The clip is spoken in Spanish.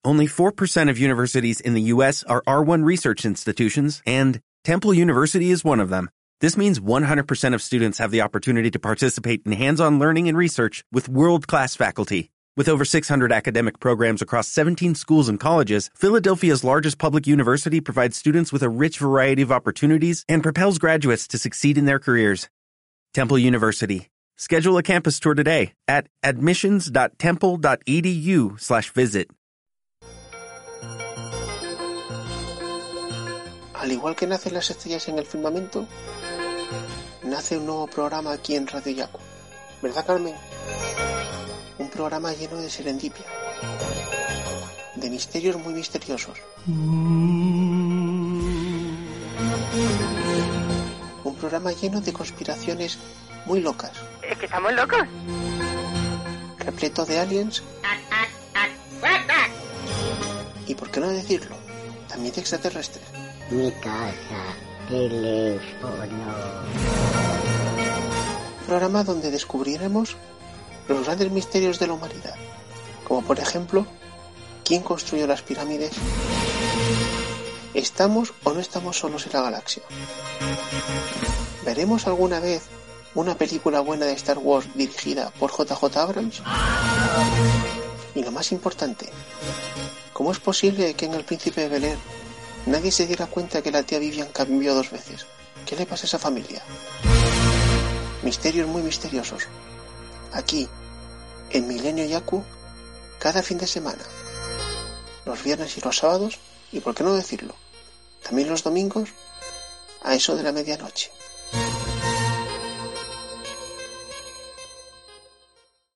Only 4% of universities in the U.S. are R1 research institutions, and Temple University is one of them. This means 100% of students have the opportunity to participate in hands-on learning and research with world-class faculty. With over 600 academic programs across 17 schools and colleges, Philadelphia's largest public university provides students with a rich variety of opportunities and propels graduates to succeed in their careers. Temple University. Schedule a campus tour today at admissions.temple.edu/visit. Al igual que nacen las estrellas en el firmamento, nace un nuevo programa aquí en Radio Yaku. ¿Verdad, Carmen? Un programa lleno de serendipia, de misterios muy misteriosos. Un programa lleno de conspiraciones muy locas. ¿Es que estamos locos? Repleto de aliens. Y por qué no decirlo, también de extraterrestres. Mi casa, teléfono. Un programa donde descubriremos los grandes misterios de la humanidad, como por ejemplo, ¿quién construyó las pirámides? ¿Estamos o no estamos solos en la galaxia? ¿Veremos alguna vez una película buena de Star Wars dirigida por JJ Abrams? Y lo más importante, ¿cómo es posible que en El Príncipe de Bel-Air nadie se diera cuenta que la tía Vivian cambió 2 veces? ¿Qué le pasa a esa familia? Misterios muy misteriosos. Aquí, en Milenio Yaku, cada fin de semana. Los viernes y los sábados, y por qué no decirlo, también los domingos, a eso de la medianoche.